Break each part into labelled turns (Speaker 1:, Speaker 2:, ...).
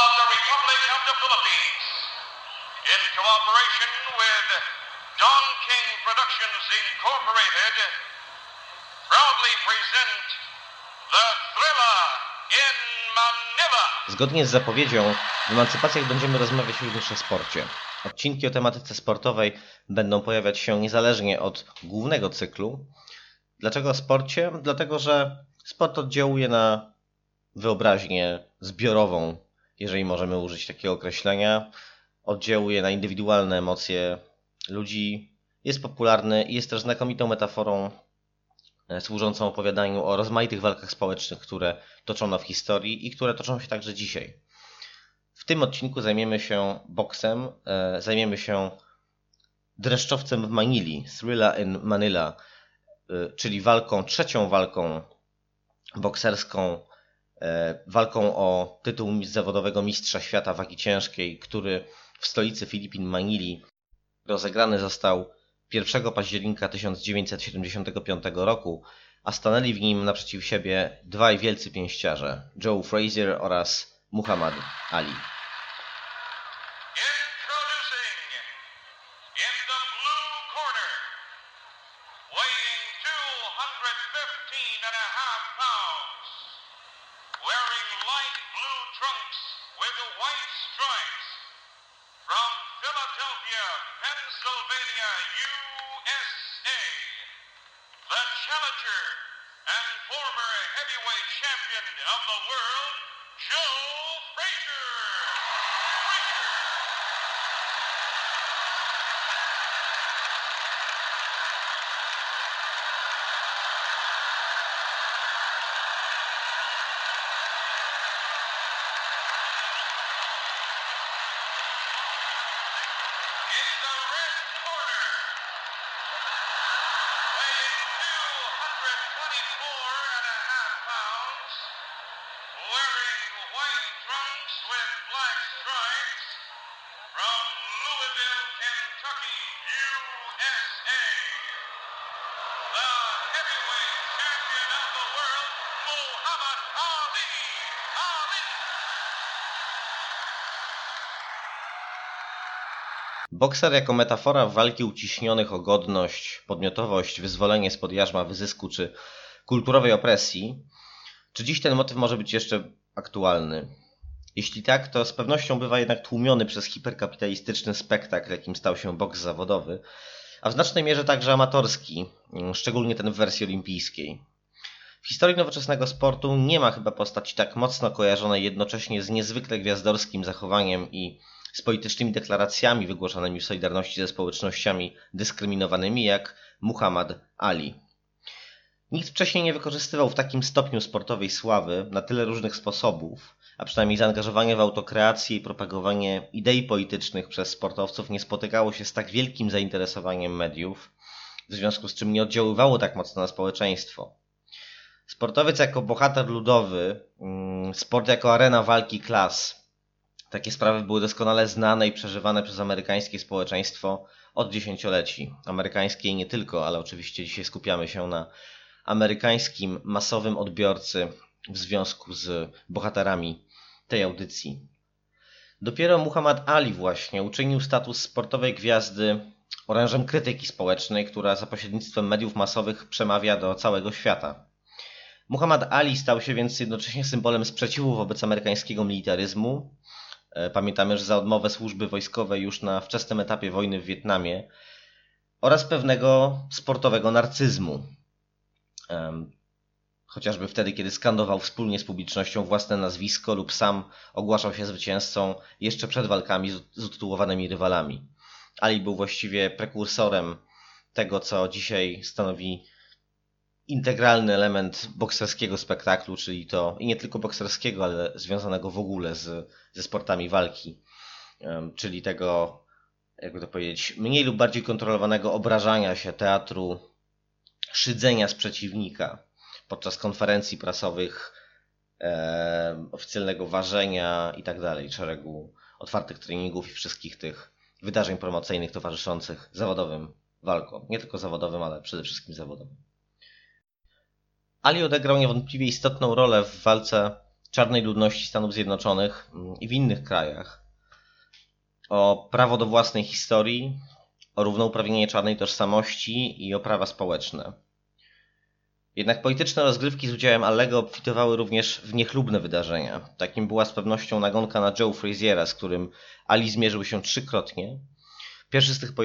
Speaker 1: of the Republic of the Philippines, in cooperation with Don King Productions Incorporated, proudly present The Thriller in Manila.
Speaker 2: Zgodnie z zapowiedzią, w Emancypacjach będziemy rozmawiać również o sporcie. Odcinki o tematyce sportowej będą pojawiać się niezależnie od głównego cyklu. Dlaczego o sporcie? Dlatego, że sport oddziałuje na wyobraźnię zbiorową, jeżeli możemy użyć takiego określenia. Oddziałuje na indywidualne emocje ludzi, jest popularny i jest też znakomitą metaforą służącą opowiadaniu o rozmaitych walkach społecznych, które toczono w historii i które toczą się także dzisiaj. W tym odcinku zajmiemy się boksem, zajmiemy się dreszczowcem w Manili, Thriller in Manila, czyli trzecią walką bokserską, walką o tytuł zawodowego mistrza świata wagi ciężkiej, który w stolicy Filipin, Manili, rozegrany został 1 października 1975 roku, a stanęli w nim naprzeciw siebie dwaj wielcy pięściarze, Joe Frazier oraz Muhammad Ali. Bokser jako metafora walki uciśnionych o godność, podmiotowość, wyzwolenie spod jarzma wyzysku czy kulturowej opresji. Czy dziś ten motyw może być jeszcze aktualny? Jeśli tak, to z pewnością bywa jednak tłumiony przez hiperkapitalistyczny spektakl, jakim stał się boks zawodowy, a w znacznej mierze także amatorski, szczególnie ten w wersji olimpijskiej. W historii nowoczesnego sportu nie ma chyba postaci tak mocno kojarzonej jednocześnie z niezwykle gwiazdorskim zachowaniem i z politycznymi deklaracjami wygłoszonymi w solidarności ze społecznościami dyskryminowanymi jak Muhammad Ali. Nikt wcześniej nie wykorzystywał w takim stopniu sportowej sławy na tyle różnych sposobów, a przynajmniej zaangażowanie w autokreację i propagowanie idei politycznych przez sportowców nie spotykało się z tak wielkim zainteresowaniem mediów, w związku z czym nie oddziaływało tak mocno na społeczeństwo. Sportowiec jako bohater ludowy, sport jako arena walki klas. Takie sprawy były doskonale znane i przeżywane przez amerykańskie społeczeństwo od dziesięcioleci. Amerykańskie i nie tylko, ale oczywiście dzisiaj skupiamy się na amerykańskim masowym odbiorcy w związku z bohaterami tej audycji. Dopiero Muhammad Ali właśnie uczynił status sportowej gwiazdy orężem krytyki społecznej, która za pośrednictwem mediów masowych przemawia do całego świata. Muhammad Ali stał się więc jednocześnie symbolem sprzeciwu wobec amerykańskiego militaryzmu. Pamiętamy, że za odmowę służby wojskowej już na wczesnym etapie wojny w Wietnamie oraz pewnego sportowego narcyzmu. Chociażby wtedy, kiedy skandował wspólnie z publicznością własne nazwisko lub sam ogłaszał się zwycięzcą jeszcze przed walkami z utytułowanymi rywalami. Ali był właściwie prekursorem tego, co dzisiaj stanowi integralny element bokserskiego spektaklu, czyli to i nie tylko bokserskiego, ale związanego w ogóle ze sportami walki, czyli tego, jakby to powiedzieć, mniej lub bardziej kontrolowanego obrażania się, teatru szydzenia z przeciwnika podczas konferencji prasowych, oficjalnego ważenia i tak dalej, szeregu otwartych treningów i wszystkich tych wydarzeń promocyjnych towarzyszących zawodowym walkom. Nie tylko zawodowym, ale przede wszystkim zawodowym. Ali odegrał niewątpliwie istotną rolę w walce czarnej ludności Stanów Zjednoczonych i w innych krajach, o prawo do własnej historii, o równouprawnienie czarnej tożsamości i o prawa społeczne. Jednak polityczne rozgrywki z udziałem Allego obfitowały również w niechlubne wydarzenia. Takim była z pewnością nagonka na Joe Fraziera, z którym Ali zmierzył się 3-krotnie. Pierwszy z tych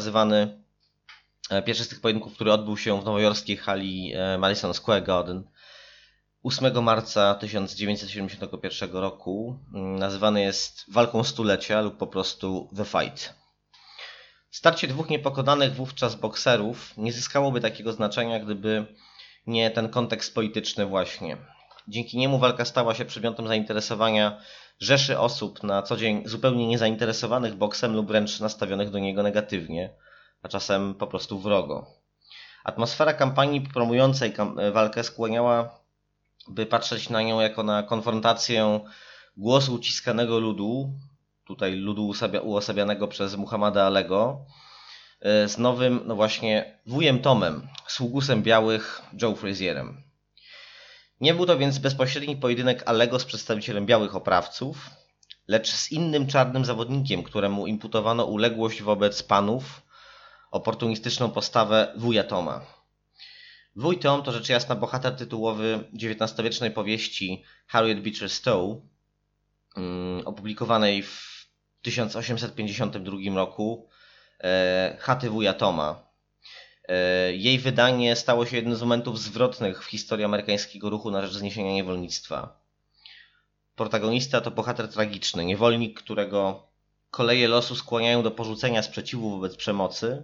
Speaker 2: pojedynków, który odbył się w nowojorskiej hali Madison Square Garden 8 marca 1971 roku, nazywany jest walką stulecia lub po prostu The Fight. Starcie dwóch niepokonanych wówczas bokserów nie zyskałoby takiego znaczenia, gdyby nie ten kontekst polityczny właśnie. Dzięki niemu walka stała się przedmiotem zainteresowania rzeszy osób na co dzień zupełnie niezainteresowanych boksem lub wręcz nastawionych do niego negatywnie, a czasem po prostu wrogo. Atmosfera kampanii promującej walkę skłaniała, by patrzeć na nią jako na konfrontację głosu uciskanego ludu, tutaj ludu uosabianego przez Muhammada Allego, z nowym, no właśnie, wujem Tomem, sługusem białych Joe Frazierem. Nie był to więc bezpośredni pojedynek Allego z przedstawicielem białych oprawców, lecz z innym czarnym zawodnikiem, któremu imputowano uległość wobec panów, oportunistyczną postawę wuja Toma. Wuj Tom to rzecz jasna bohater tytułowy XIX-wiecznej powieści Harriet Beecher Stowe, opublikowanej w 1852 roku, Chaty wuja Toma. Jej wydanie stało się jednym z momentów zwrotnych w historii amerykańskiego ruchu na rzecz zniesienia niewolnictwa. Protagonista to bohater tragiczny, niewolnik, którego koleje losu skłaniają do porzucenia sprzeciwu wobec przemocy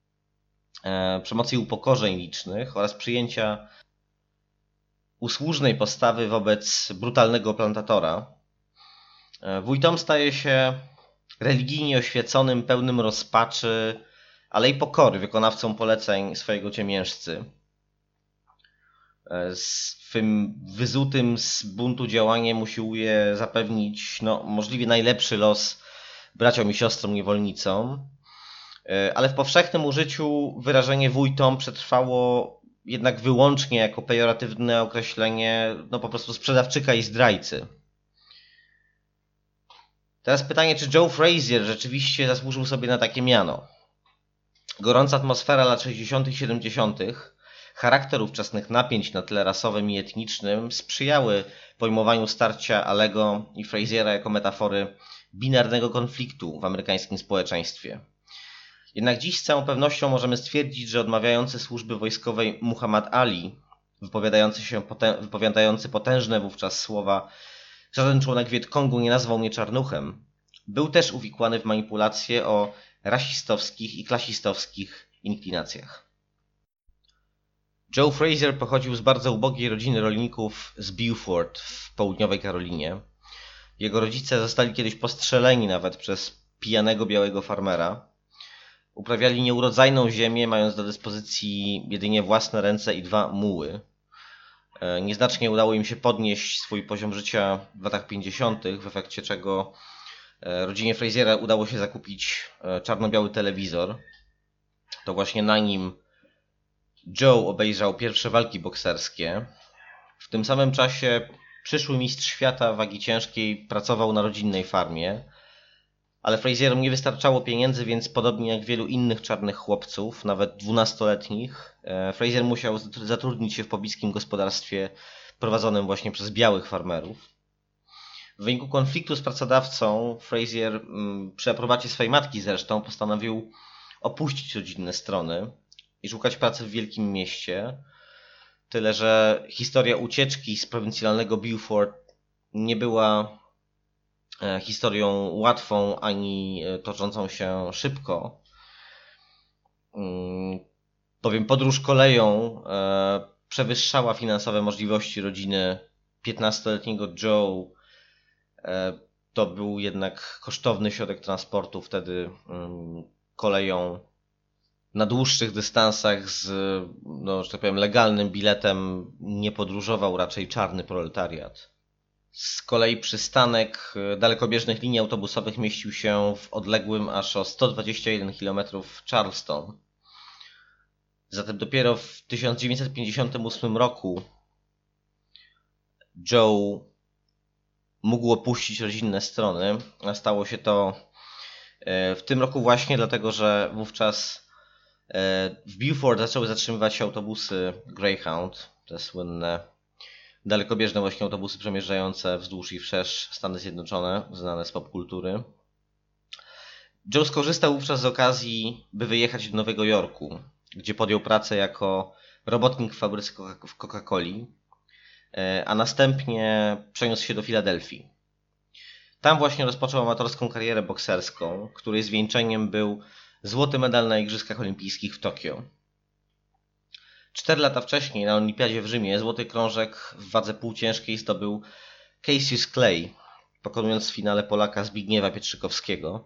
Speaker 2: i upokorzeń licznych oraz przyjęcia usłużnej postawy wobec brutalnego plantatora. Wuj Tom staje się religijnie oświeconym, pełnym rozpaczy, ale i pokory wykonawcą poleceń swojego ciemiężcy. Swym wyzutym z buntu działaniem usiłuje zapewnić możliwie najlepszy los braciom i siostrom niewolnicom, ale w powszechnym użyciu wyrażenie wuj Tom przetrwało jednak wyłącznie jako pejoratywne określenie po prostu sprzedawczyka i zdrajcy. Teraz pytanie, czy Joe Frazier rzeczywiście zasłużył sobie na takie miano? Gorąca atmosfera lat 60. i 70., charakter ówczesnych napięć na tle rasowym i etnicznym sprzyjały pojmowaniu starcia Allego i Fraziera jako metafory binarnego konfliktu w amerykańskim społeczeństwie. Jednak dziś z całą pewnością możemy stwierdzić, że odmawiający służby wojskowej Muhammad Ali, wypowiadający potężne wówczas słowa „Żaden członek Wietkongu nie nazwał mnie czarnuchem”, był też uwikłany w manipulacje o rasistowskich i klasistowskich inklinacjach. Joe Frazier pochodził z bardzo ubogiej rodziny rolników z Beaufort w południowej Karolinie. Jego rodzice zostali kiedyś postrzeleni nawet przez pijanego białego farmera. Uprawiali nieurodzajną ziemię, mając do dyspozycji jedynie własne ręce i 2 muły. Nieznacznie udało im się podnieść swój poziom życia w latach 50., w efekcie czego rodzinie Fraziera udało się zakupić czarno-biały telewizor. To właśnie na nim Joe obejrzał pierwsze walki bokserskie. W tym samym czasie przyszły mistrz świata wagi ciężkiej pracował na rodzinnej farmie, ale Frazierom nie wystarczało pieniędzy, więc podobnie jak wielu innych czarnych chłopców, nawet 12-letnich, Frazier musiał zatrudnić się w pobliskim gospodarstwie prowadzonym właśnie przez białych farmerów. W wyniku konfliktu z pracodawcą Frazier, przy aprobacie swojej matki zresztą, postanowił opuścić rodzinne strony i szukać pracy w wielkim mieście. Tyle że historia ucieczki z prowincjonalnego Beaufort nie była historią łatwą ani toczącą się szybko, bowiem podróż koleją przewyższała finansowe możliwości rodziny 15-letniego Joe. To był jednak kosztowny środek transportu, wtedy koleją na dłuższych dystansach z, że tak powiem, legalnym biletem nie podróżował raczej czarny proletariat. Z kolei przystanek dalekobieżnych linii autobusowych mieścił się w odległym aż o 121 km Charleston. Zatem dopiero w 1958 roku Joe mógł opuścić rodzinne strony, a stało się to w tym roku właśnie dlatego, że wówczas w Beaufort zaczęły zatrzymywać się autobusy Greyhound, te słynne dalekobieżne właśnie autobusy przemierzające wzdłuż i wszerz Stany Zjednoczone, znane z popkultury. Joe skorzystał wówczas z okazji, by wyjechać do Nowego Jorku, gdzie podjął pracę jako robotnik w fabryce Coca-Coli, a następnie przeniósł się do Filadelfii. Tam właśnie rozpoczął amatorską karierę bokserską, której zwieńczeniem był złoty medal na Igrzyskach Olimpijskich w Tokio. 4 lata wcześniej na Olimpiadzie w Rzymie złoty krążek w wadze półciężkiej zdobył Cassius Clay, pokonując w finale Polaka Zbigniewa Pietrzykowskiego.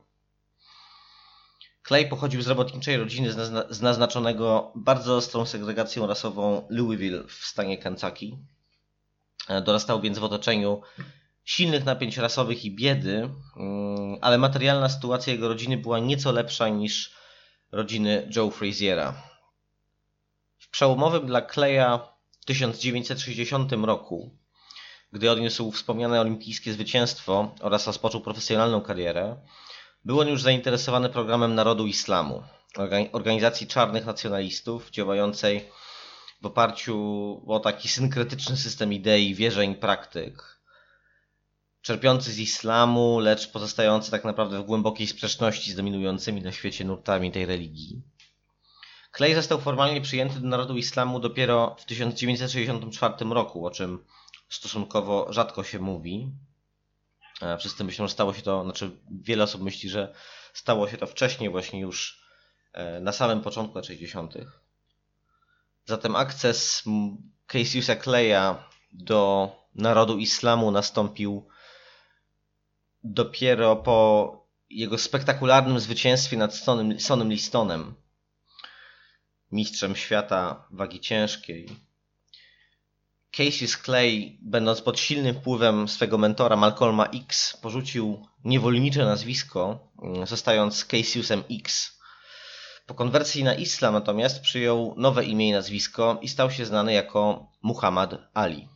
Speaker 2: Clay pochodził z robotniczej rodziny z naznaczonego bardzo ostrą segregacją rasową Louisville w stanie Kentucky. Dorastał więc w otoczeniu silnych napięć rasowych i biedy, ale materialna sytuacja jego rodziny była nieco lepsza niż rodziny Joe Fraziera. W przełomowym dla Claya 1960 roku, gdy odniósł wspomniane olimpijskie zwycięstwo oraz rozpoczął profesjonalną karierę, był on już zainteresowany programem Narodu Islamu, organizacji czarnych nacjonalistów działającej w oparciu o taki synkretyczny system idei, wierzeń, praktyk, czerpiący z islamu, lecz pozostający tak naprawdę w głębokiej sprzeczności z dominującymi na świecie nurtami tej religii. Clay został formalnie przyjęty do Narodu Islamu dopiero w 1964 roku, o czym stosunkowo rzadko się mówi. Wszyscy myślą, że stało się to, wiele osób myśli, że stało się to wcześniej, właśnie już na samym początku lat 60. Zatem akces Cassiusa Claya do Narodu Islamu nastąpił dopiero po jego spektakularnym zwycięstwie nad Sonnym Listonem, mistrzem świata wagi ciężkiej. Cassius Clay, będąc pod silnym wpływem swego mentora Malcolma X, porzucił niewolnicze nazwisko, zostając Cassiusem X. Po konwersji na islam natomiast przyjął nowe imię i nazwisko i stał się znany jako Muhammad Ali.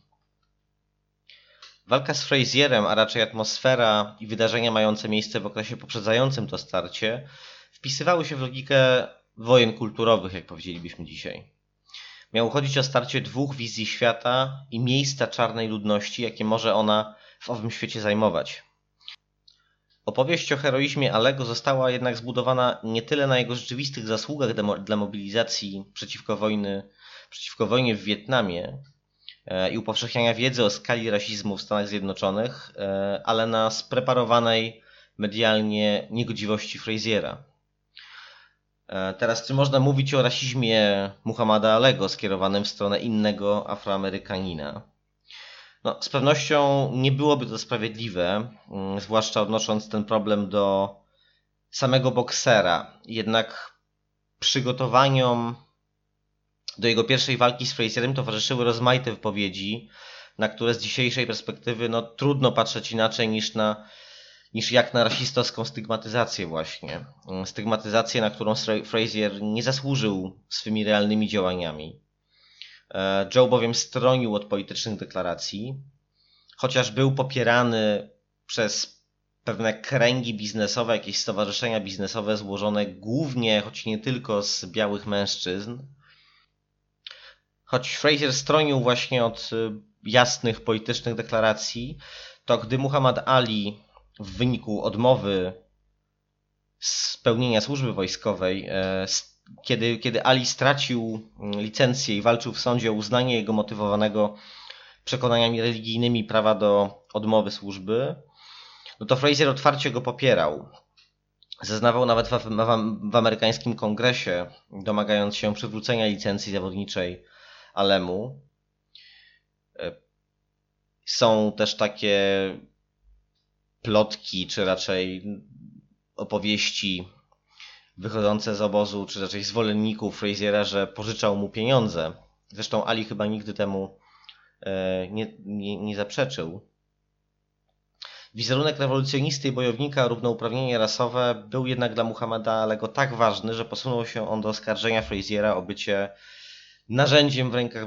Speaker 2: Walka z Frazierem, a raczej atmosfera i wydarzenia mające miejsce w okresie poprzedzającym to starcie, wpisywały się w logikę wojen kulturowych, jak powiedzielibyśmy dzisiaj. Miało chodzić o starcie dwóch wizji świata i miejsca czarnej ludności, jakie może ona w owym świecie zajmować. Opowieść o heroizmie Alego została jednak zbudowana nie tyle na jego rzeczywistych zasługach dla mobilizacji przeciwko wojnie w Wietnamie i upowszechniania wiedzy o skali rasizmu w Stanach Zjednoczonych, ale na spreparowanej medialnie niegodziwości Fraziera. Teraz, czy można mówić o rasizmie Muhammada Alego skierowanym w stronę innego Afroamerykanina? No, z pewnością nie byłoby to sprawiedliwe, zwłaszcza odnosząc ten problem do samego boksera. Jednak przygotowaniom do jego pierwszej walki z Frazierem towarzyszyły rozmaite wypowiedzi, na które z dzisiejszej perspektywy trudno patrzeć inaczej niż jak na rasistowską stygmatyzację właśnie. Stygmatyzację, na którą Frazier nie zasłużył swymi realnymi działaniami. Joe bowiem stronił od politycznych deklaracji, chociaż był popierany przez pewne kręgi biznesowe, jakieś stowarzyszenia biznesowe złożone głównie, choć nie tylko z białych mężczyzn. Choć Frazier stronił właśnie od jasnych politycznych deklaracji, to gdy Muhammad Ali w wyniku odmowy spełnienia służby wojskowej, kiedy Ali stracił licencję i walczył w sądzie o uznanie jego motywowanego przekonaniami religijnymi prawa do odmowy służby, no to Frazier otwarcie go popierał. Zeznawał nawet w amerykańskim kongresie, domagając się przywrócenia licencji zawodniczej Alemu. Są też takie plotki, czy raczej opowieści wychodzące z obozu, czy raczej zwolenników Fraziera, że pożyczał mu pieniądze. Zresztą Ali chyba nigdy temu nie zaprzeczył. Wizerunek rewolucjonisty i bojownika o równouprawnienie rasowe był jednak dla Muhammada Alego tak ważny, że posunął się on do oskarżenia Fraziera o bycie narzędziem w rękach białych panów, narzucających kulturową dominację.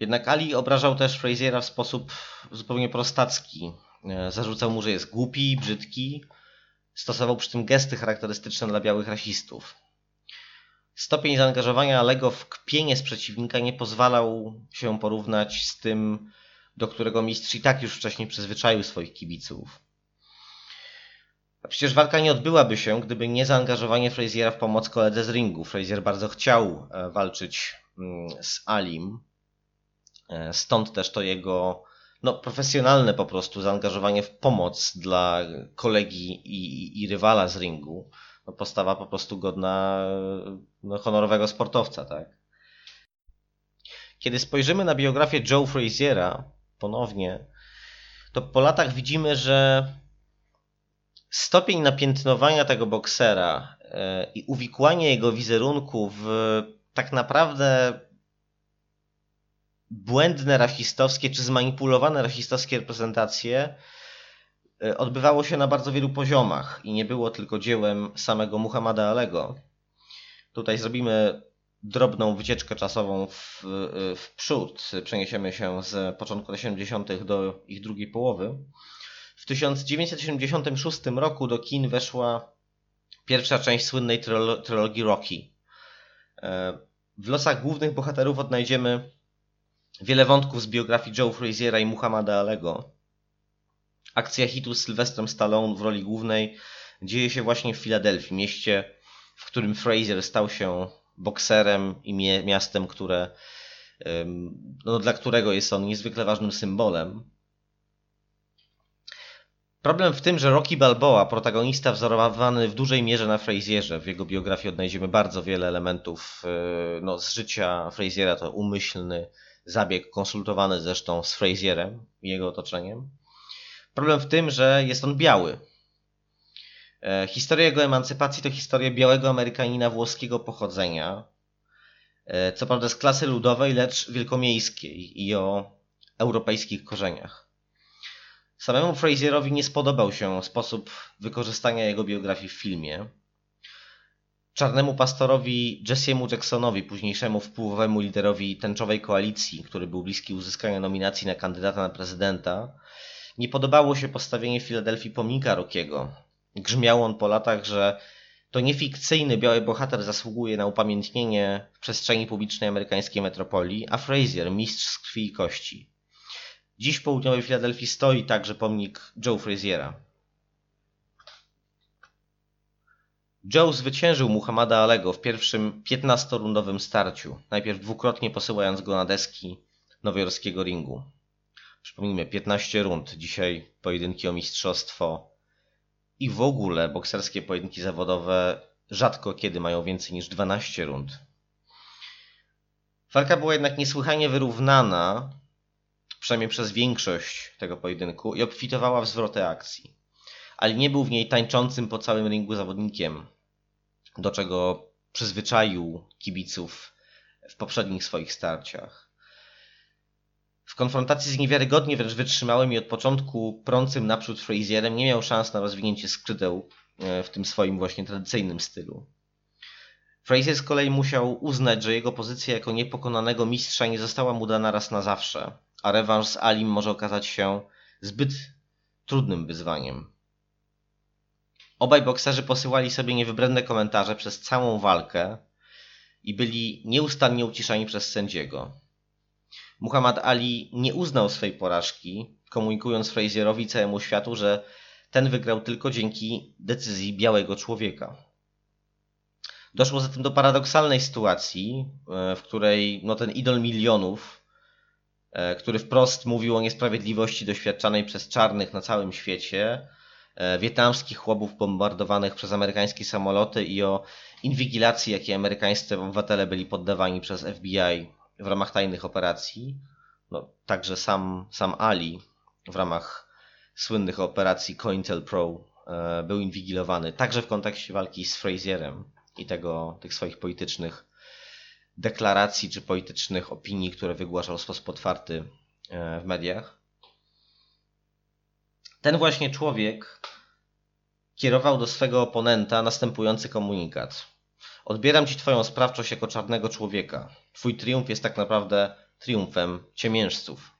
Speaker 2: Jednak Ali obrażał też Fraziera w sposób zupełnie prostacki. Zarzucał mu, że jest głupi, brzydki. Stosował przy tym gesty charakterystyczne dla białych rasistów. Stopień zaangażowania Alego w kpienie z przeciwnika nie pozwalał się porównać z tym, do którego mistrz i tak już wcześniej przyzwyczaił swoich kibiców. A przecież walka nie odbyłaby się, gdyby nie zaangażowanie Fraziera w pomoc koledze z ringu. Frazier bardzo chciał walczyć z Alim. Stąd też to jego profesjonalne po prostu zaangażowanie w pomoc dla kolegi i rywala z ringu. Postawa po prostu godna honorowego sportowca, tak? Kiedy spojrzymy na biografię Joe Fraziera ponownie, to po latach widzimy, że stopień napiętnowania tego boksera i uwikłanie jego wizerunku w tak naprawdę błędne rasistowskie czy zmanipulowane rasistowskie reprezentacje odbywało się na bardzo wielu poziomach i nie było tylko dziełem samego Muhammada Alego. Tutaj zrobimy drobną wycieczkę czasową w przód. Przeniesiemy się z początku lat 70. do ich drugiej połowy. W 1976 roku do kin weszła pierwsza część słynnej trylogii Rocky. W losach głównych bohaterów odnajdziemy wiele wątków z biografii Joe Fraziera i Muhammada Alego. Akcja hitu z Sylwestrem Stallone w roli głównej dzieje się właśnie w Filadelfii, mieście, w którym Frazier stał się bokserem i miastem, dla którego jest on niezwykle ważnym symbolem. Problem w tym, że Rocky Balboa, protagonista wzorowany w dużej mierze na Frazierze, w jego biografii odnajdziemy bardzo wiele elementów z życia Fraziera, to umyślny zabieg konsultowany zresztą z Frazierem i jego otoczeniem. Problem w tym, że jest on biały. Historia jego emancypacji to historia białego Amerykanina włoskiego pochodzenia, co prawda z klasy ludowej, lecz wielkomiejskiej i o europejskich korzeniach. Samemu Frazierowi nie spodobał się sposób wykorzystania jego biografii w filmie. Czarnemu pastorowi Jesse'emu Jacksonowi, późniejszemu wpływowemu liderowi tęczowej koalicji, który był bliski uzyskania nominacji na kandydata na prezydenta, nie podobało się postawienie w Filadelfii pomnika Rockiego. Grzmiał on po latach, że to niefikcyjny biały bohater zasługuje na upamiętnienie w przestrzeni publicznej amerykańskiej metropolii, a Frazier mistrz z krwi i kości. Dziś w południowej Filadelfii stoi także pomnik Joe Fraziera. Joe zwyciężył Muhammada Alego w pierwszym 15-rundowym starciu, najpierw dwukrotnie posyłając go na deski nowojorskiego ringu. Przypomnijmy, 15 rund, dzisiaj pojedynki o mistrzostwo i w ogóle bokserskie pojedynki zawodowe rzadko kiedy mają więcej niż 12 rund. Walka była jednak niesłychanie wyrównana, przynajmniej przez większość tego pojedynku, i obfitowała w zwroty akcji. Ale nie był w niej tańczącym po całym ringu zawodnikiem, do czego przyzwyczaił kibiców w poprzednich swoich starciach. W konfrontacji z niewiarygodnie wręcz wytrzymałym i od początku prącym naprzód Frazierem nie miał szans na rozwinięcie skrzydeł w tym swoim właśnie tradycyjnym stylu. Frazier z kolei musiał uznać, że jego pozycja jako niepokonanego mistrza nie została mu dana raz na zawsze, a rewanż z Alim może okazać się zbyt trudnym wyzwaniem. Obaj bokserzy posyłali sobie niewybredne komentarze przez całą walkę i byli nieustannie uciszani przez sędziego. Muhammad Ali nie uznał swej porażki, komunikując Frazierowi i całemu światu, że ten wygrał tylko dzięki decyzji białego człowieka. Doszło zatem do paradoksalnej sytuacji, w której ten idol milionów, który wprost mówił o niesprawiedliwości doświadczanej przez czarnych na całym świecie, wietnamskich chłopów bombardowanych przez amerykańskie samoloty i o inwigilacji, jakiej amerykańscy obywatele byli poddawani przez FBI w ramach tajnych operacji. Także sam Ali w ramach słynnych operacji COINTELPRO był inwigilowany, także w kontekście walki z Frazierem i tych swoich politycznych deklaracji czy politycznych opinii, które wygłaszał w sposób otwarty w mediach. Ten właśnie człowiek kierował do swego oponenta następujący komunikat. Odbieram ci twoją sprawczość jako czarnego człowieka. Twój triumf jest tak naprawdę triumfem ciemiężców.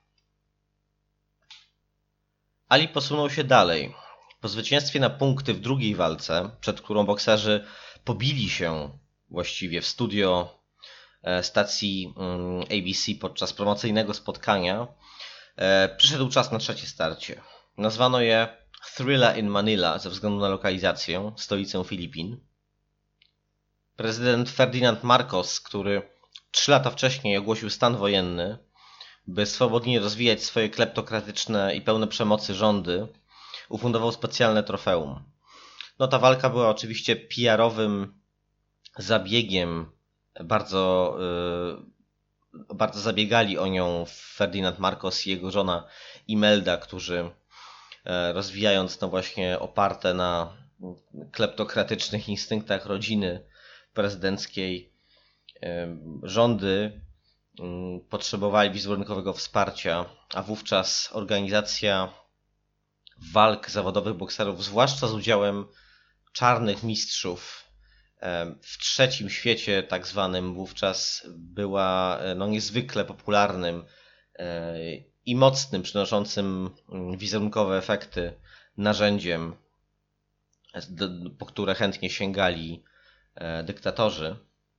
Speaker 2: Ali posunął się dalej. Po zwycięstwie na punkty w drugiej walce, przed którą bokserzy pobili się właściwie w studio stacji ABC podczas promocyjnego spotkania, przyszedł czas na trzecie starcie. Nazwano je Thrilla in Manila ze względu na lokalizację, stolicę Filipin. Prezydent Ferdinand Marcos, który 3 lata wcześniej ogłosił stan wojenny, by swobodnie rozwijać swoje kleptokratyczne i pełne przemocy rządy, ufundował specjalne trofeum. No, ta walka była oczywiście PR-owym zabiegiem. Bardzo zabiegali o nią Ferdinand Marcos i jego żona Imelda, którzy rozwijając właśnie oparte na kleptokratycznych instynktach rodziny prezydenckiej rządy potrzebowali wizerunkowego wsparcia, a wówczas organizacja walk zawodowych bokserów, zwłaszcza z udziałem czarnych mistrzów w trzecim świecie tak zwanym, wówczas była niezwykle popularnym i mocnym, przynoszącym wizerunkowe efekty narzędziem, po które chętnie sięgali dyktatorzy.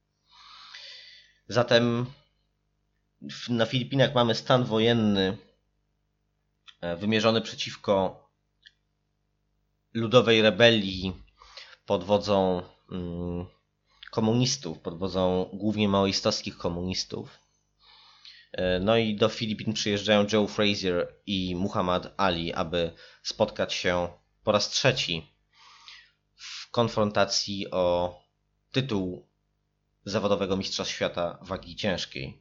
Speaker 2: Zatem na Filipinach mamy stan wojenny wymierzony przeciwko ludowej rebelii pod wodzą komunistów, pod wodzą głównie maoistowskich komunistów. No i do Filipin przyjeżdżają Joe Frazier i Muhammad Ali, aby spotkać się po raz trzeci w konfrontacji o tytuł zawodowego mistrza świata wagi ciężkiej.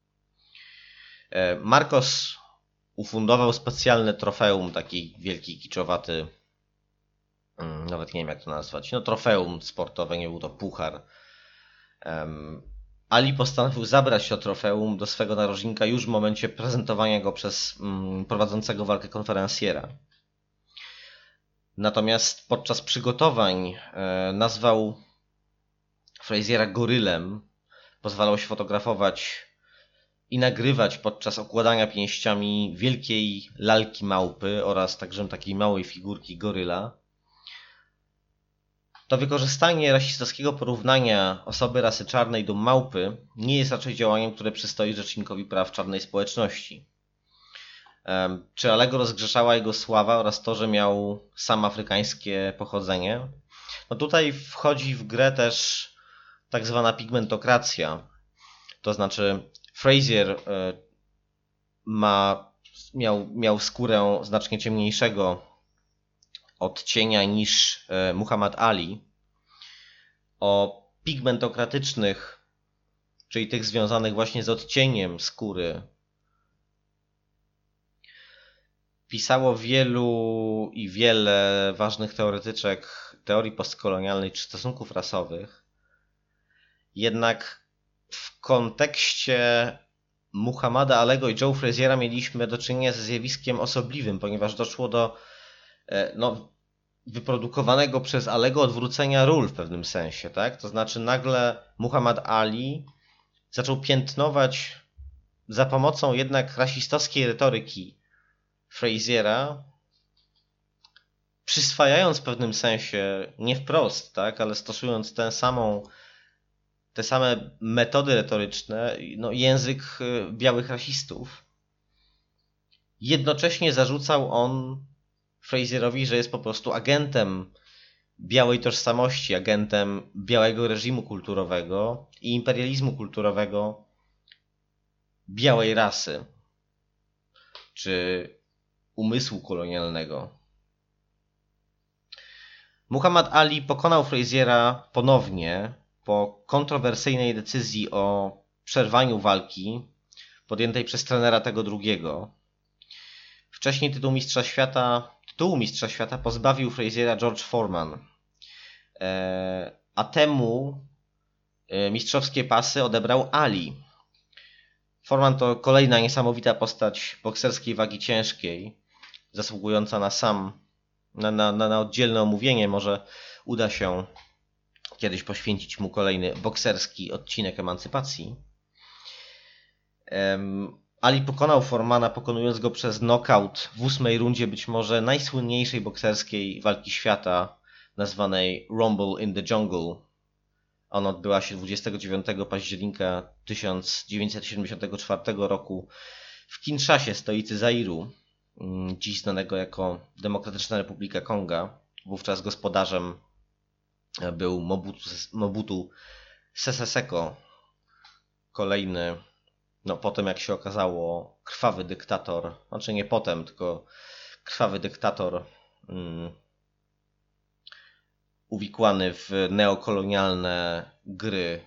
Speaker 2: Marcos ufundował specjalne trofeum, taki wielki kiczowaty, nawet nie wiem jak to nazwać, no trofeum sportowe, nie był to puchar. Ali postanowił zabrać to trofeum do swego narożnika już w momencie prezentowania go przez prowadzącego walkę konferencjera. Natomiast podczas przygotowań nazwał Fraziera gorylem, pozwalał się fotografować i nagrywać podczas okładania pięściami wielkiej lalki małpy oraz także takiej małej figurki goryla. To wykorzystanie rasistowskiego porównania osoby rasy czarnej do małpy nie jest raczej działaniem, które przystoi rzecznikowi praw czarnej społeczności. Czy Alego rozgrzeszała jego sława oraz to, że miał sam afrykańskie pochodzenie? No tutaj wchodzi w grę też tak zwana pigmentokracja. To znaczy Frazier miał skórę znacznie ciemniejszego odcienia niż Muhammad Ali. O pigmentokratycznych, czyli tych związanych właśnie z odcieniem skóry, pisało wiele ważnych teoretyczek teorii postkolonialnej czy stosunków rasowych. Jednak w kontekście Muhammada Alego i Joe Fraziera mieliśmy do czynienia ze zjawiskiem osobliwym, ponieważ doszło do wyprodukowanego przez Alego odwrócenia ról w pewnym sensie, tak? To znaczy nagle Muhammad Ali zaczął piętnować za pomocą jednak rasistowskiej retoryki Fraziera, przyswajając w pewnym sensie, nie wprost, tak, ale stosując te same metody retoryczne, język białych rasistów. Jednocześnie zarzucał on Frazierowi, że jest po prostu agentem białej tożsamości, agentem białego reżimu kulturowego i imperializmu kulturowego białej rasy, czy umysłu kolonialnego. Muhammad Ali pokonał Fraziera ponownie po kontrowersyjnej decyzji o przerwaniu walki podjętej przez trenera tego drugiego. Wcześniej tytułu mistrza świata pozbawił Fraziera George Foreman, a temu mistrzowskie pasy odebrał Ali. Foreman to kolejna niesamowita postać bokserskiej wagi ciężkiej, zasługująca na oddzielne omówienie. Może uda się kiedyś poświęcić mu kolejny bokserski odcinek emancypacji. Ali pokonał Foremana, pokonując go przez knockout w 8. rundzie być może najsłynniejszej bokserskiej walki świata, nazwanej Rumble in the Jungle. Ona odbyła się 29 października 1974 roku w Kinszasie, stolicy Zairu, dziś znanego jako Demokratyczna Republika Konga. Wówczas gospodarzem był Mobutu Sese Seko, kolejny, potem jak się okazało, krwawy dyktator, znaczy nie potem, tylko krwawy dyktator uwikłany w neokolonialne gry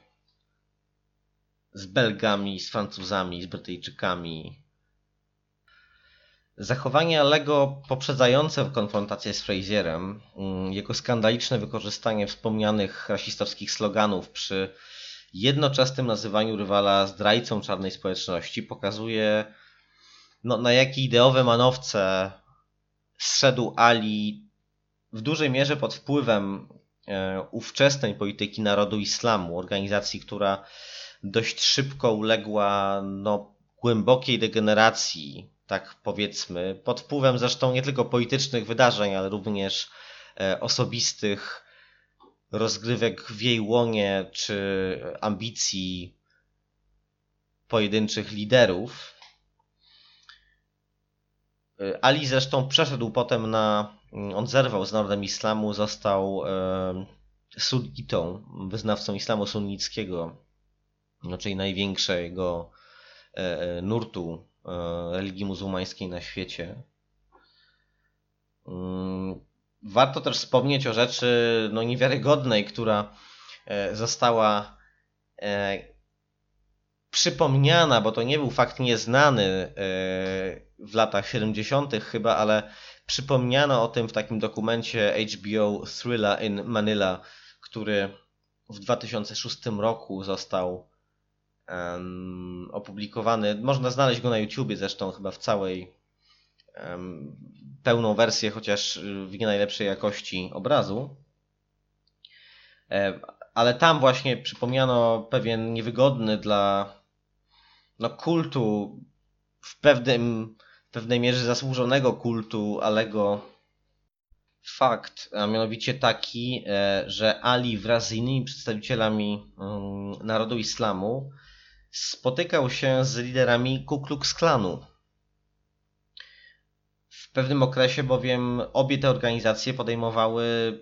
Speaker 2: z Belgami, z Francuzami, z Brytyjczykami. Zachowanie Alego poprzedzające konfrontację z Frazierem, jego skandaliczne wykorzystanie wspomnianych rasistowskich sloganów przy jednoczesnym nazywaniu rywala zdrajcą czarnej społeczności pokazuje, na jakie ideowe manowce zszedł Ali w dużej mierze pod wpływem ówczesnej polityki Narodu Islamu, organizacji, która dość szybko uległa głębokiej degeneracji, tak powiedzmy, pod wpływem zresztą nie tylko politycznych wydarzeń, ale również osobistych rozgrywek w jej łonie czy ambicji pojedynczych liderów. Ali zresztą przeszedł potem on zerwał z narodem islamu, został sunnitą, wyznawcą islamu sunnickiego, czyli największego nurtu religii muzułmańskiej na świecie. Warto też wspomnieć o rzeczy niewiarygodnej, która została przypomniana, bo to nie był fakt nieznany w latach 70. chyba, ale przypomniano o tym w takim dokumencie HBO Thriller in Manila, który w 2006 roku został opublikowany. Można znaleźć go na YouTubie zresztą chyba w całej pełną wersję, chociaż w nie najlepszej jakości obrazu. Ale tam właśnie przypomniano pewien niewygodny dla kultu, w pewnej mierze zasłużonego kultu Alego fakt, a mianowicie taki, że Ali wraz z innymi przedstawicielami narodu islamu spotykał się z liderami Ku Klux Klanu. W pewnym okresie bowiem obie te organizacje podejmowały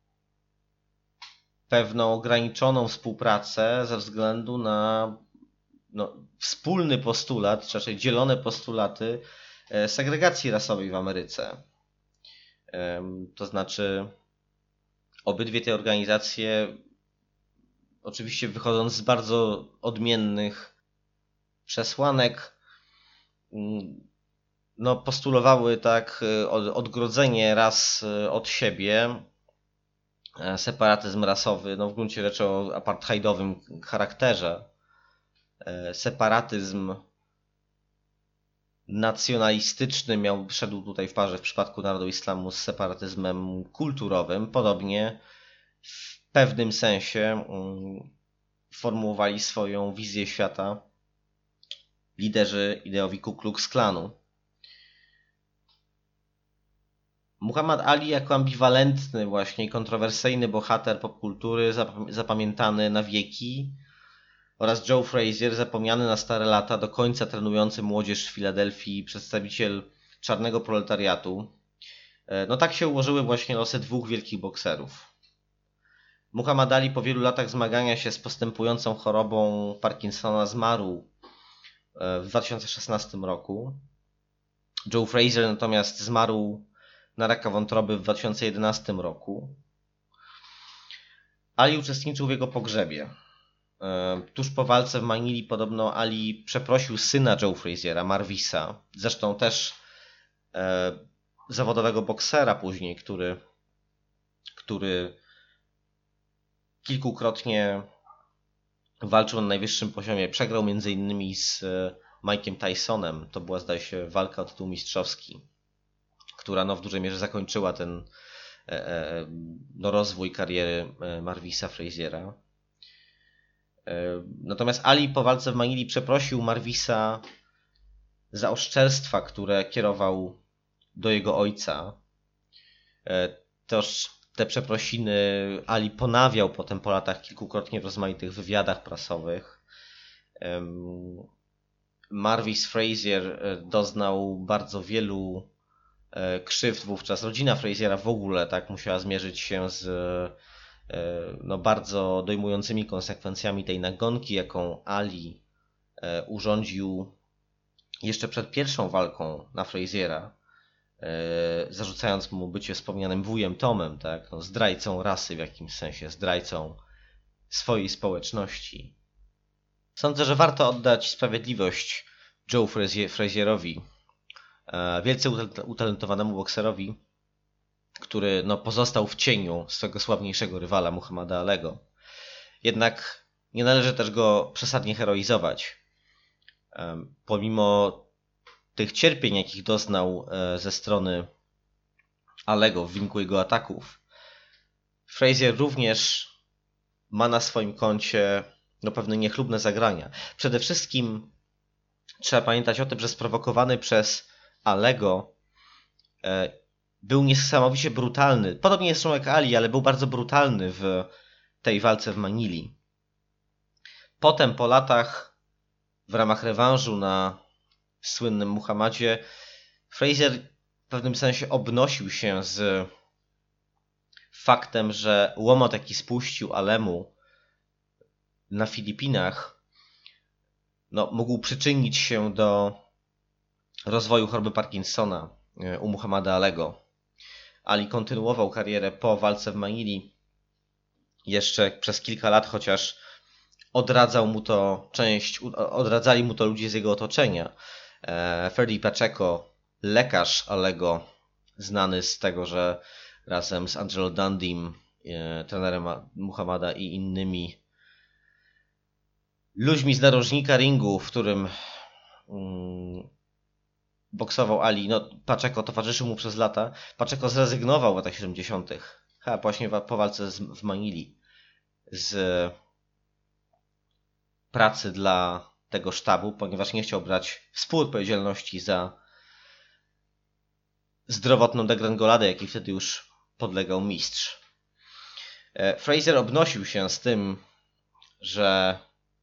Speaker 2: pewną ograniczoną współpracę ze względu na wspólny postulat, czy raczej dzielone postulaty segregacji rasowej w Ameryce. To znaczy obydwie te organizacje, oczywiście wychodząc z bardzo odmiennych przesłanek, postulowały odgrodzenie ras od siebie, separatyzm rasowy, w gruncie rzeczy o apartheidowym charakterze. Separatyzm nacjonalistyczny szedł tutaj w parze w przypadku narodu islamu z separatyzmem kulturowym. Podobnie w pewnym sensie formułowali swoją wizję świata liderzy ideowi Ku Klux Klanu. Muhammad Ali jako ambiwalentny właśnie i kontrowersyjny bohater popkultury zapamiętany na wieki oraz Joe Frazier zapomniany na stare lata, do końca trenujący młodzież w Filadelfii, przedstawiciel czarnego proletariatu. Tak się ułożyły właśnie losy dwóch wielkich bokserów. Muhammad Ali po wielu latach zmagania się z postępującą chorobą Parkinsona zmarł w 2016 roku. Joe Frazier natomiast zmarł na raka wątroby w 2011 roku. Ali uczestniczył w jego pogrzebie. Tuż po walce w Manili podobno Ali przeprosił syna Joe Fraziera, Marvisa, zresztą też zawodowego boksera później, który kilkukrotnie walczył na najwyższym poziomie. Przegrał m.in. z Mike'em Tysonem. To była, zdaje się, walka o tytuł mistrzowski, która w dużej mierze zakończyła ten rozwój kariery Marvisa Fraziera. Natomiast Ali po walce w Manili przeprosił Marvisa za oszczerstwa, które kierował do jego ojca. Toż te przeprosiny Ali ponawiał potem po latach kilkukrotnie w rozmaitych wywiadach prasowych. Marvis Frazier doznał bardzo wielu krzywd wówczas. Rodzina Fraziera w ogóle tak musiała zmierzyć się z bardzo dojmującymi konsekwencjami tej nagonki, jaką Ali urządził jeszcze przed pierwszą walką na Fraziera, zarzucając mu bycie wspomnianym wujem Tomem, tak? Zdrajcą rasy w jakimś sensie, zdrajcą swojej społeczności. Sądzę, że warto oddać sprawiedliwość Joe Frazierowi, wielce utalentowanemu bokserowi, który pozostał w cieniu swego sławniejszego rywala Muhammada Alego. Jednak nie należy też go przesadnie heroizować. Pomimo tych cierpień, jakich doznał ze strony Alego w wyniku jego ataków, Frazier również ma na swoim koncie pewne niechlubne zagrania. Przede wszystkim trzeba pamiętać o tym, że sprowokowany przez Alego był niesamowicie brutalny. Podobnie zresztą jak Ali, ale był bardzo brutalny w tej walce w Manili. Potem po latach w ramach rewanżu na słynnym Muhammadzie Frazier w pewnym sensie obnosił się z faktem, że łomot, jaki spuścił Alemu na Filipinach, mógł przyczynić się do rozwoju choroby Parkinsona u Muhammada Alego. Ali kontynuował karierę po walce w Manili jeszcze przez kilka lat, chociaż odradzali mu to ludzie z jego otoczenia. Freddie Pacheco, lekarz Alego, znany z tego, że razem z Angelo Dundym, trenerem Muhammada i innymi ludźmi z narożnika ringu, w którym boksował Ali, Pacheco towarzyszył mu przez lata. Pacheco zrezygnował w latach 70. Właśnie po walce w Manili z pracy dla tego sztabu, ponieważ nie chciał brać współodpowiedzialności za zdrowotną degrengoladę, jakiej wtedy już podlegał mistrz. Frazier obnosił się z tym, że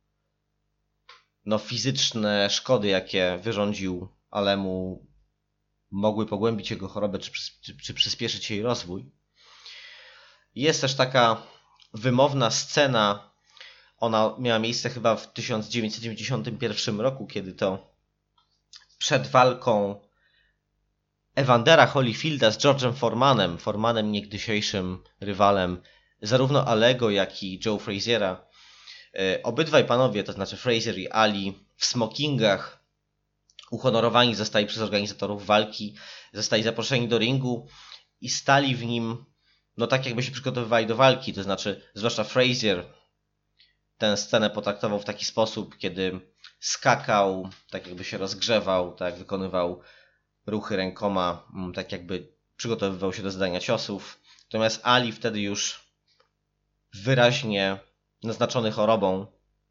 Speaker 2: fizyczne szkody, jakie wyrządził Alemu, mogły pogłębić jego chorobę czy przyspieszyć jej rozwój. Jest też taka wymowna scena, ona miała miejsce chyba w 1991 roku, kiedy to przed walką Evandera Holyfielda z George'em Foremanem niegdysiejszym rywalem zarówno Alego, jak i Joe Fraziera, obydwaj panowie, to znaczy Frazier i Ali, w smokingach uhonorowani zostali przez organizatorów walki, zostali zaproszeni do ringu i stali w nim tak jakby się przygotowywali do walki, to znaczy zwłaszcza Frazier tę scenę potraktował w taki sposób, kiedy skakał, tak jakby się rozgrzewał, tak wykonywał ruchy rękoma, tak jakby przygotowywał się do zadania ciosów. Natomiast Ali wtedy już wyraźnie naznaczony chorobą,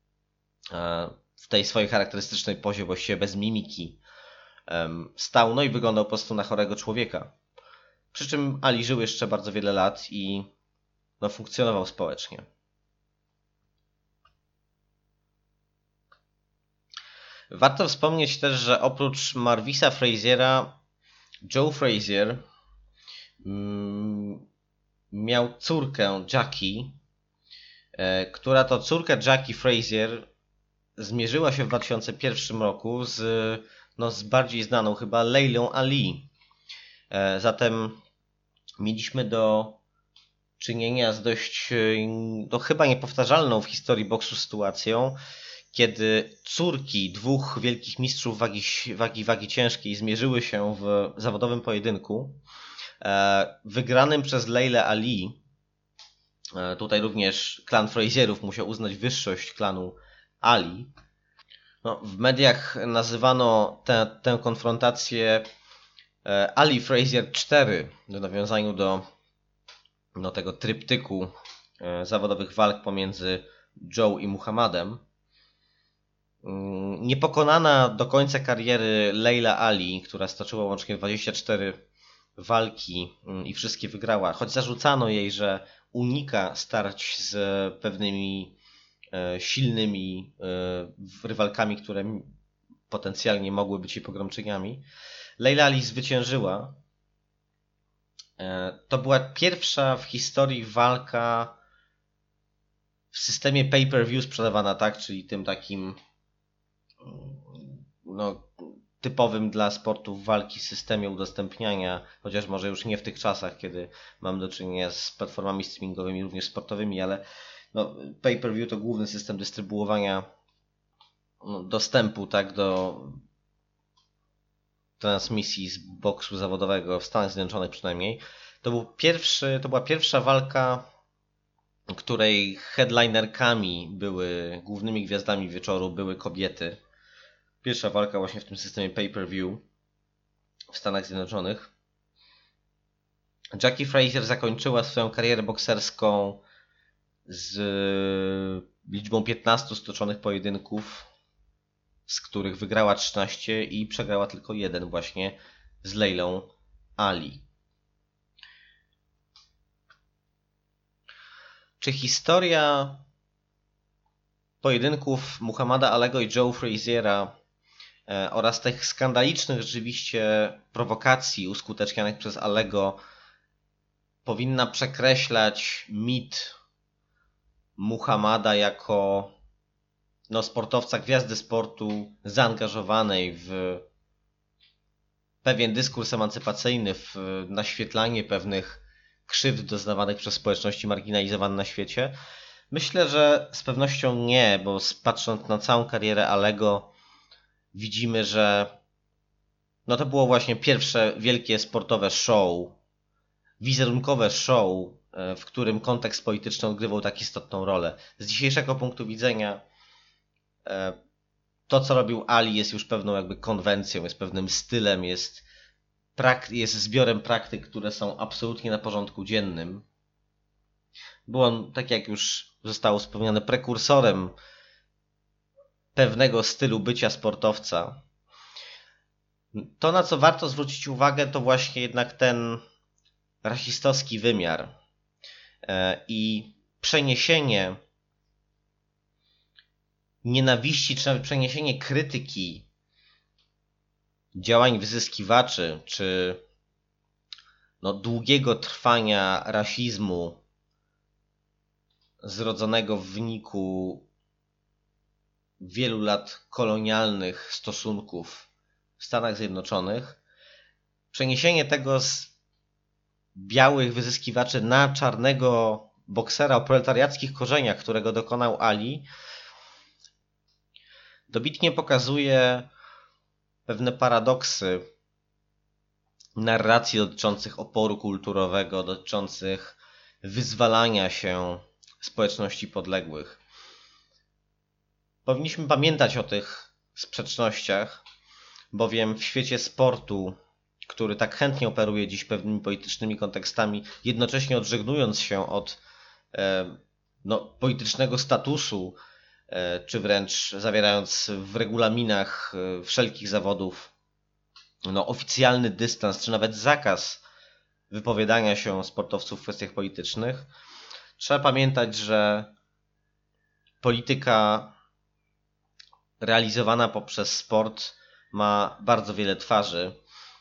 Speaker 2: w tej swojej charakterystycznej pozie, właściwie bez mimiki, stał i wyglądał po prostu na chorego człowieka. Przy czym Ali żył jeszcze bardzo wiele lat i funkcjonował społecznie. Warto wspomnieć też, że oprócz Marvisa Fraziera, Joe Frazier miał córkę Jackie, która to córka Jackie Frazier zmierzyła się w 2001 roku z bardziej znaną chyba Leilą Ali. Zatem mieliśmy do czynienia z dość chyba niepowtarzalną w historii boksu sytuacją, kiedy córki dwóch wielkich mistrzów wagi ciężkiej zmierzyły się w zawodowym pojedynku wygranym przez Leilę Ali. Tutaj również klan Frazierów musiał uznać wyższość klanu Ali. W mediach nazywano tę konfrontację Ali Frazier 4 w nawiązaniu do tego tryptyku zawodowych walk pomiędzy Joe i Muhammadem. Niepokonana do końca kariery Leila Ali, która stoczyła łącznie 24 walki i wszystkie wygrała, choć zarzucano jej, że unika starć z pewnymi silnymi rywalkami, które potencjalnie mogły być jej pogromczyniami. Leila Ali zwyciężyła. To była pierwsza w historii walka w systemie pay-per-view sprzedawana, tak, czyli tym takim typowym dla sportów walki systemie udostępniania, chociaż może już nie w tych czasach, kiedy mam do czynienia z platformami streamingowymi, również sportowymi, ale pay-per-view to główny system dystrybuowania dostępu, tak, do transmisji z boksu zawodowego w Stanach Zjednoczonych przynajmniej. To była pierwsza walka, której headlinerkami były, głównymi gwiazdami wieczoru były kobiety. Pierwsza walka właśnie w tym systemie pay-per-view w Stanach Zjednoczonych. Jackie Frazier zakończyła swoją karierę bokserską z liczbą 15 stoczonych pojedynków, z których wygrała 13 i przegrała tylko jeden właśnie z Leilą Ali. Czy historia pojedynków Muhammada Alego i Joe Fraziera oraz tych skandalicznych rzeczywiście prowokacji uskutecznianych przez Alego powinna przekreślać mit Muhammada jako sportowca, gwiazdy sportu zaangażowanej w pewien dyskurs emancypacyjny, w naświetlanie pewnych krzywd doznawanych przez społeczności marginalizowane na świecie? Myślę, że z pewnością nie, bo patrząc na całą karierę Alego widzimy, że to było właśnie pierwsze wielkie sportowe show, wizerunkowe show, w którym kontekst polityczny odgrywał tak istotną rolę. Z dzisiejszego punktu widzenia to, co robił Ali, jest już pewną jakby konwencją, jest pewnym stylem, jest zbiorem praktyk, które są absolutnie na porządku dziennym. Był on, tak jak już zostało wspomniane, prekursorem pewnego stylu bycia sportowca. To, na co warto zwrócić uwagę, to właśnie jednak ten rasistowski wymiar i przeniesienie nienawiści, czy nawet przeniesienie krytyki działań wyzyskiwaczy, czy długiego trwania rasizmu zrodzonego w wyniku wielu lat kolonialnych stosunków w Stanach Zjednoczonych, przeniesienie tego z białych wyzyskiwaczy na czarnego boksera o proletariackich korzeniach, którego dokonał Ali, dobitnie pokazuje pewne paradoksy narracji dotyczących oporu kulturowego, dotyczących wyzwalania się społeczności podległych. Powinniśmy pamiętać o tych sprzecznościach, bowiem w świecie sportu, który tak chętnie operuje dziś pewnymi politycznymi kontekstami, jednocześnie odżegnując się od politycznego statusu, czy wręcz zawierając w regulaminach wszelkich zawodów oficjalny dystans, czy nawet zakaz wypowiadania się sportowców w kwestiach politycznych, trzeba pamiętać, że polityka realizowana poprzez sport ma bardzo wiele twarzy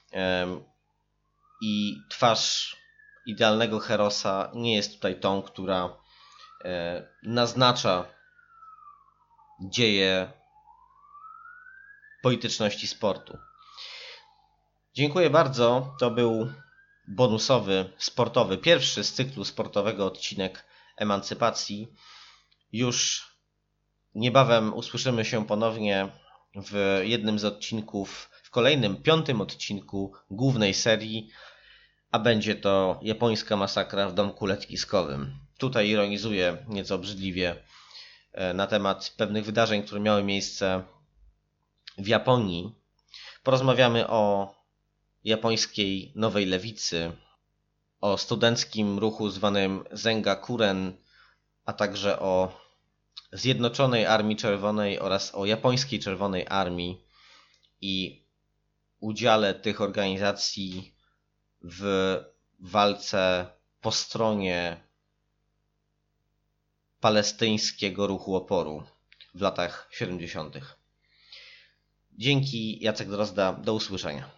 Speaker 2: i twarz idealnego herosa nie jest tutaj tą, która naznacza dzieje polityczności sportu. Dziękuję bardzo. To był bonusowy, sportowy, pierwszy z cyklu sportowego odcinek Emancypacji. Już niebawem usłyszymy się ponownie w jednym z odcinków, w kolejnym, 5. odcinku głównej serii, a będzie to japońska masakra w domku letniskowym. Tutaj ironizuję nieco obrzydliwie na temat pewnych wydarzeń, które miały miejsce w Japonii. Porozmawiamy o japońskiej nowej lewicy, o studenckim ruchu zwanym Zengakuren, a także o Zjednoczonej Armii Czerwonej oraz o japońskiej Czerwonej Armii i udziale tych organizacji w walce po stronie palestyńskiego ruchu oporu w latach 70. Dzięki, Jacek Drozda, do usłyszenia.